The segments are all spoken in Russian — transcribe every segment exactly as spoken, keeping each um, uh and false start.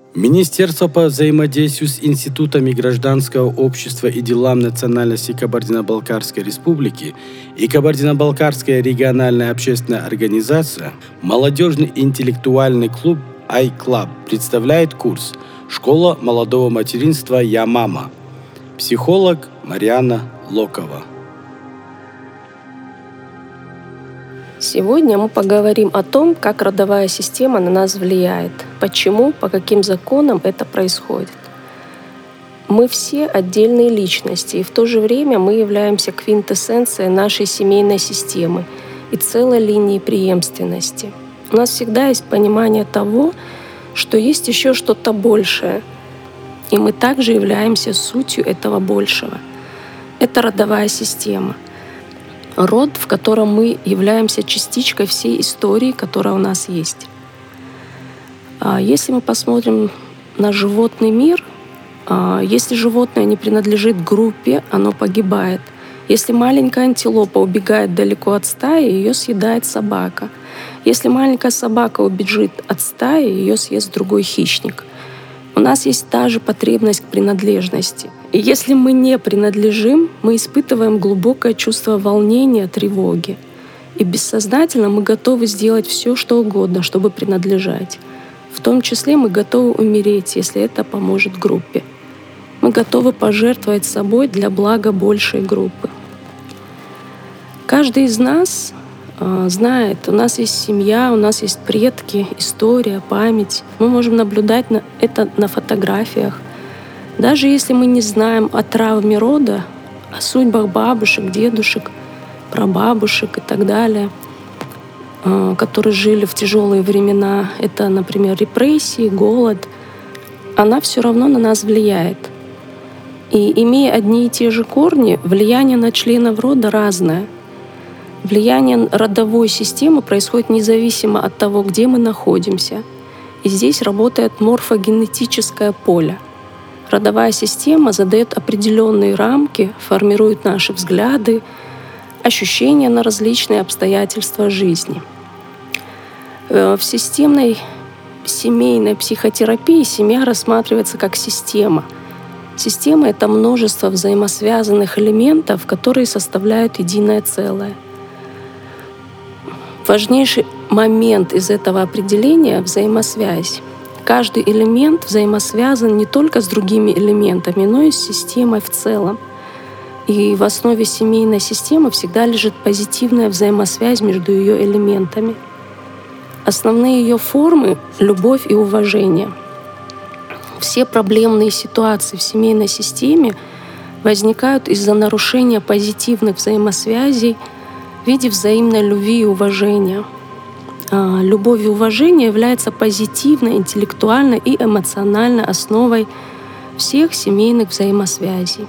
Министерство по взаимодействию с институтами гражданского общества и делам национальности Кабардино-Балкарской республики и Кабардино-Балкарская региональная общественная организация «Молодежный интеллектуальный клуб iClub» представляет курс «Школа молодого материнства Я мама». Психолог Марьяна Локова. Сегодня мы поговорим о том, как родовая система на нас влияет, почему, по каким законам это происходит. Мы все отдельные личности, и в то же время мы являемся квинтэссенцией нашей семейной системы и целой линии преемственности. У нас всегда есть понимание того, что есть еще что-то большее, и мы также являемся сутью этого большего. Это родовая система. Род, в котором мы являемся частичкой всей истории, которая у нас есть. Если мы посмотрим на животный мир, если животное не принадлежит группе, оно погибает. Если маленькая антилопа убегает далеко от стаи, ее съедает собака. Если маленькая собака убежит от стаи, ее съест другой хищник. У нас есть та же потребность к принадлежности. И если мы не принадлежим, мы испытываем глубокое чувство волнения, тревоги. И бессознательно мы готовы сделать все, что угодно, чтобы принадлежать. В том числе мы готовы умереть, если это поможет группе. Мы готовы пожертвовать собой для блага большей группы. Каждый из нас знает, у нас есть семья, у нас есть предки, история, память. Мы можем наблюдать на это на фотографиях. Даже если мы не знаем о травме рода, о судьбах бабушек, дедушек, прабабушек и так далее, которые жили в тяжелые времена, это, например, репрессии, голод, она все равно на нас влияет. И имея одни и те же корни, влияние на членов рода разное. Влияние родовой системы происходит независимо от того, где мы находимся. И здесь работает морфогенетическое поле. Родовая система задает определенные рамки, формирует наши взгляды, ощущения на различные обстоятельства жизни. В системной семейной психотерапии семья рассматривается как система. Система — это множество взаимосвязанных элементов, которые составляют единое целое. Важнейший момент из этого определения — взаимосвязь. Каждый элемент взаимосвязан не только с другими элементами, но и с системой в целом. И в основе семейной системы всегда лежит позитивная взаимосвязь между ее элементами. Основные ее формы — любовь и уважение. Все проблемные ситуации в семейной системе возникают из-за нарушения позитивных взаимосвязей в виде взаимной любви и уважения. Любовь и уважение являются позитивной, интеллектуальной и эмоциональной основой всех семейных взаимосвязей.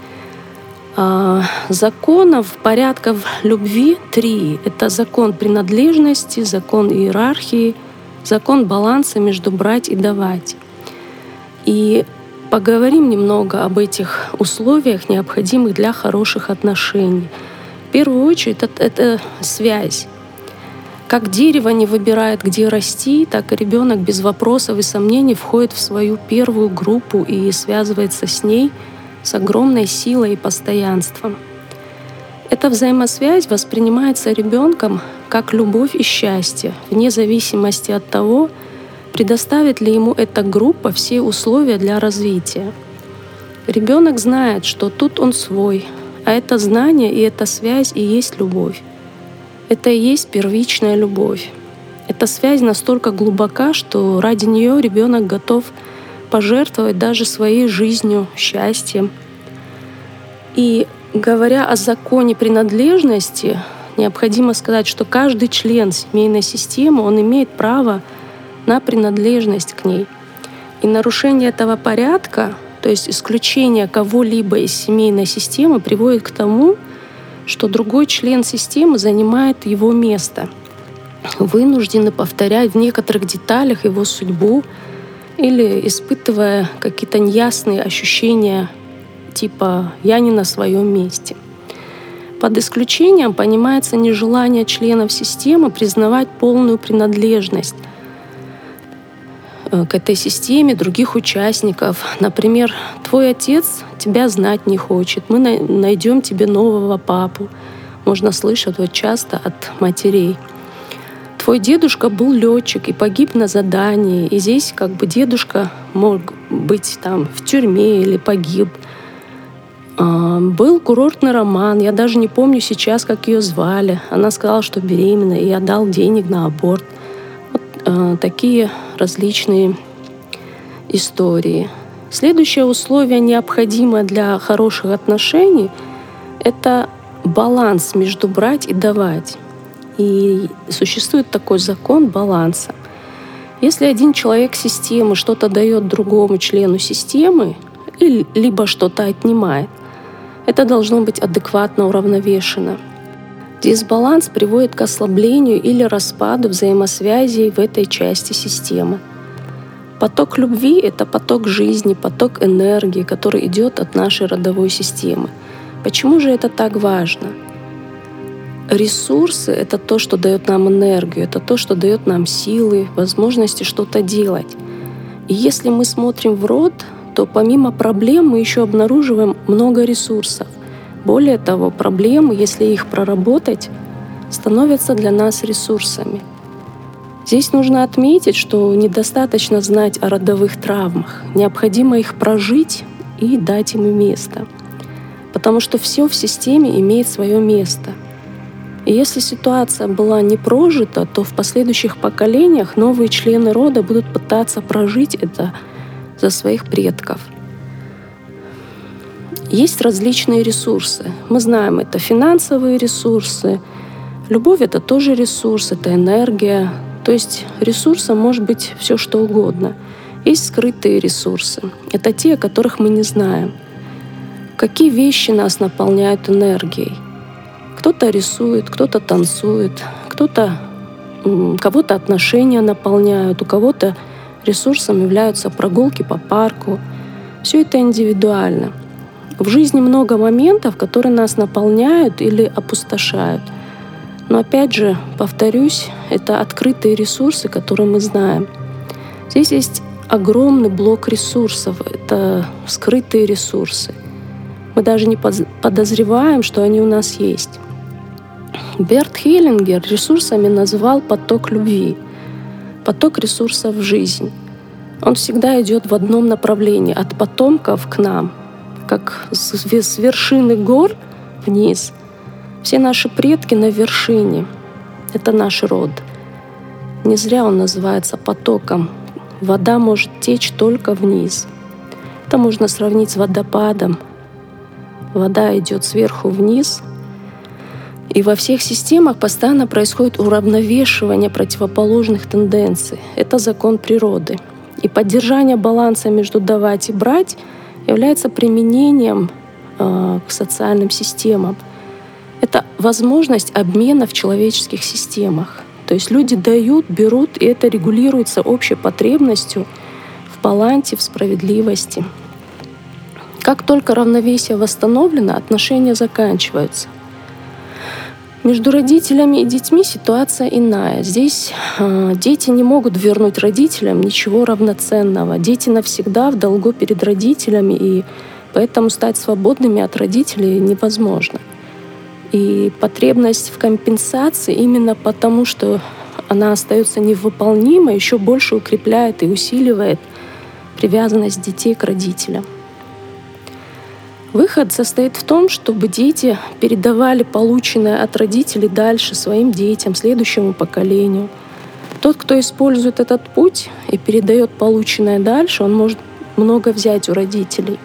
Законов, порядков любви три. Это закон принадлежности, закон иерархии, закон баланса между брать и давать. И поговорим немного об этих условиях, необходимых для хороших отношений. В первую очередь это, это связь. Как дерево не выбирает, где расти, так и ребенок без вопросов и сомнений входит в свою первую группу и связывается с ней с огромной силой и постоянством. Эта взаимосвязь воспринимается ребенком как любовь и счастье, вне зависимости от того, предоставит ли ему эта группа все условия для развития. Ребенок знает, что тут он свой, а это знание и эта связь и есть любовь. Это и есть первичная любовь. Эта связь настолько глубока, что ради нее ребенок готов пожертвовать даже своей жизнью, счастьем. И говоря о законе принадлежности, необходимо сказать, что каждый член семейной системы, он имеет право на принадлежность к ней. И нарушение этого порядка, то есть исключение кого-либо из семейной системы, приводит к тому, что другой член системы занимает его место, вынуждены повторять в некоторых деталях его судьбу или испытывая какие-то неясные ощущения типа «я не на своем месте». Под исключением понимается нежелание членов системы признавать полную принадлежность. к этой системе других участников. Например, твой отец тебя знать не хочет, мы найдем тебе нового папу. Можно слышать вот часто от матерей. Твой дедушка был летчик и погиб на задании, и здесь как бы дедушка мог быть там в тюрьме или погиб. Был курортный роман, я даже не помню сейчас, как ее звали. Она сказала, что беременна, и я дал денег на аборт. Вот э, такие различные истории. Следующее условие, необходимое для хороших отношений, это баланс между брать и давать. И существует такой закон баланса. Если один человек системы что-то дает другому члену системы, либо что-то отнимает, это должно быть адекватно уравновешено. Дисбаланс приводит к ослаблению или распаду взаимосвязей в этой части системы. Поток любви — это поток жизни, поток энергии, который идет от нашей родовой системы. Почему же это так важно? Ресурсы — это то, что дает нам энергию, это то, что дает нам силы, возможности что-то делать. И если мы смотрим в род, то помимо проблем мы еще обнаруживаем много ресурсов. Более того, проблемы, если их проработать, становятся для нас ресурсами. Здесь нужно отметить, что недостаточно знать о родовых травмах. Необходимо их прожить и дать им место. Потому что все в системе имеет свое место. И если ситуация была не прожита, то в последующих поколениях новые члены рода будут пытаться прожить это за своих предков. Есть различные ресурсы. Мы знаем, это финансовые ресурсы. Любовь — это тоже ресурс, это энергия. То есть ресурсом может быть все что угодно. Есть скрытые ресурсы. Это те, о которых мы не знаем. Какие вещи нас наполняют энергией? Кто-то рисует, кто-то танцует, кто-то, кого-то отношения наполняют, у кого-то ресурсом являются прогулки по парку. Все это индивидуально. В жизни много моментов, которые нас наполняют или опустошают. Но опять же, повторюсь, это открытые ресурсы, которые мы знаем. Здесь есть огромный блок ресурсов. Это скрытые ресурсы. Мы даже не подозреваем, что они у нас есть. Берт Хеллингер ресурсами называл поток любви, поток ресурсов в жизнь. Он всегда идет в одном направлении, от потомков к нам, как с вершины гор вниз. Все наши предки на вершине. Это наш род. Не зря он называется потоком. Вода может течь только вниз. Это можно сравнить с водопадом. Вода идет сверху вниз. И во всех системах постоянно происходит уравновешивание противоположных тенденций. Это закон природы. И поддержание баланса между давать и брать является применением э, к социальным системам. Это возможность обмена в человеческих системах. То есть люди дают, берут, и это регулируется общей потребностью в балансе, в справедливости. Как только равновесие восстановлено, отношения заканчиваются. Между родителями и детьми ситуация иная. Здесь э, дети не могут вернуть родителям ничего равноценного. Дети навсегда в долгу перед родителями, и поэтому стать свободными от родителей невозможно. И потребность в компенсации именно потому, что она остается невыполнимой, еще больше укрепляет и усиливает привязанность детей к родителям. Выход состоит в том, чтобы дети передавали полученное от родителей дальше своим детям, следующему поколению. Тот, кто использует этот путь и передает полученное дальше, он может много взять у родителей.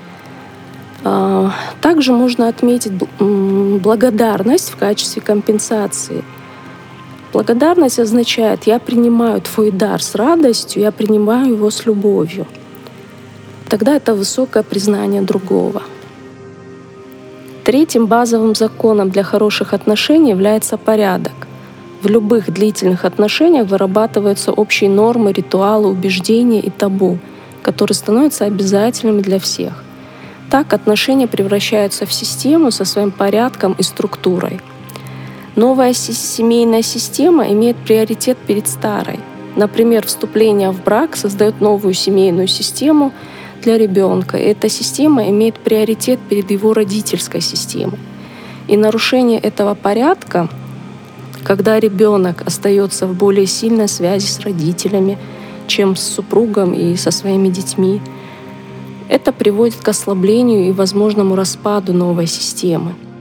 Также можно отметить благодарность в качестве компенсации. Благодарность означает: я принимаю твой дар с радостью, я принимаю его с любовью. Тогда это высокое признание другого. Третьим базовым законом для хороших отношений является порядок. В любых длительных отношениях вырабатываются общие нормы, ритуалы, убеждения и табу, которые становятся обязательными для всех. Так отношения превращаются в систему со своим порядком и структурой. Новая семейная система имеет приоритет перед старой. Например, вступление в брак создает новую семейную систему для ребенка. И эта система имеет приоритет перед его родительской системой. И нарушение этого порядка, когда ребенок остается в более сильной связи с родителями, чем с супругом и со своими детьми, это приводит к ослаблению и возможному распаду новой системы.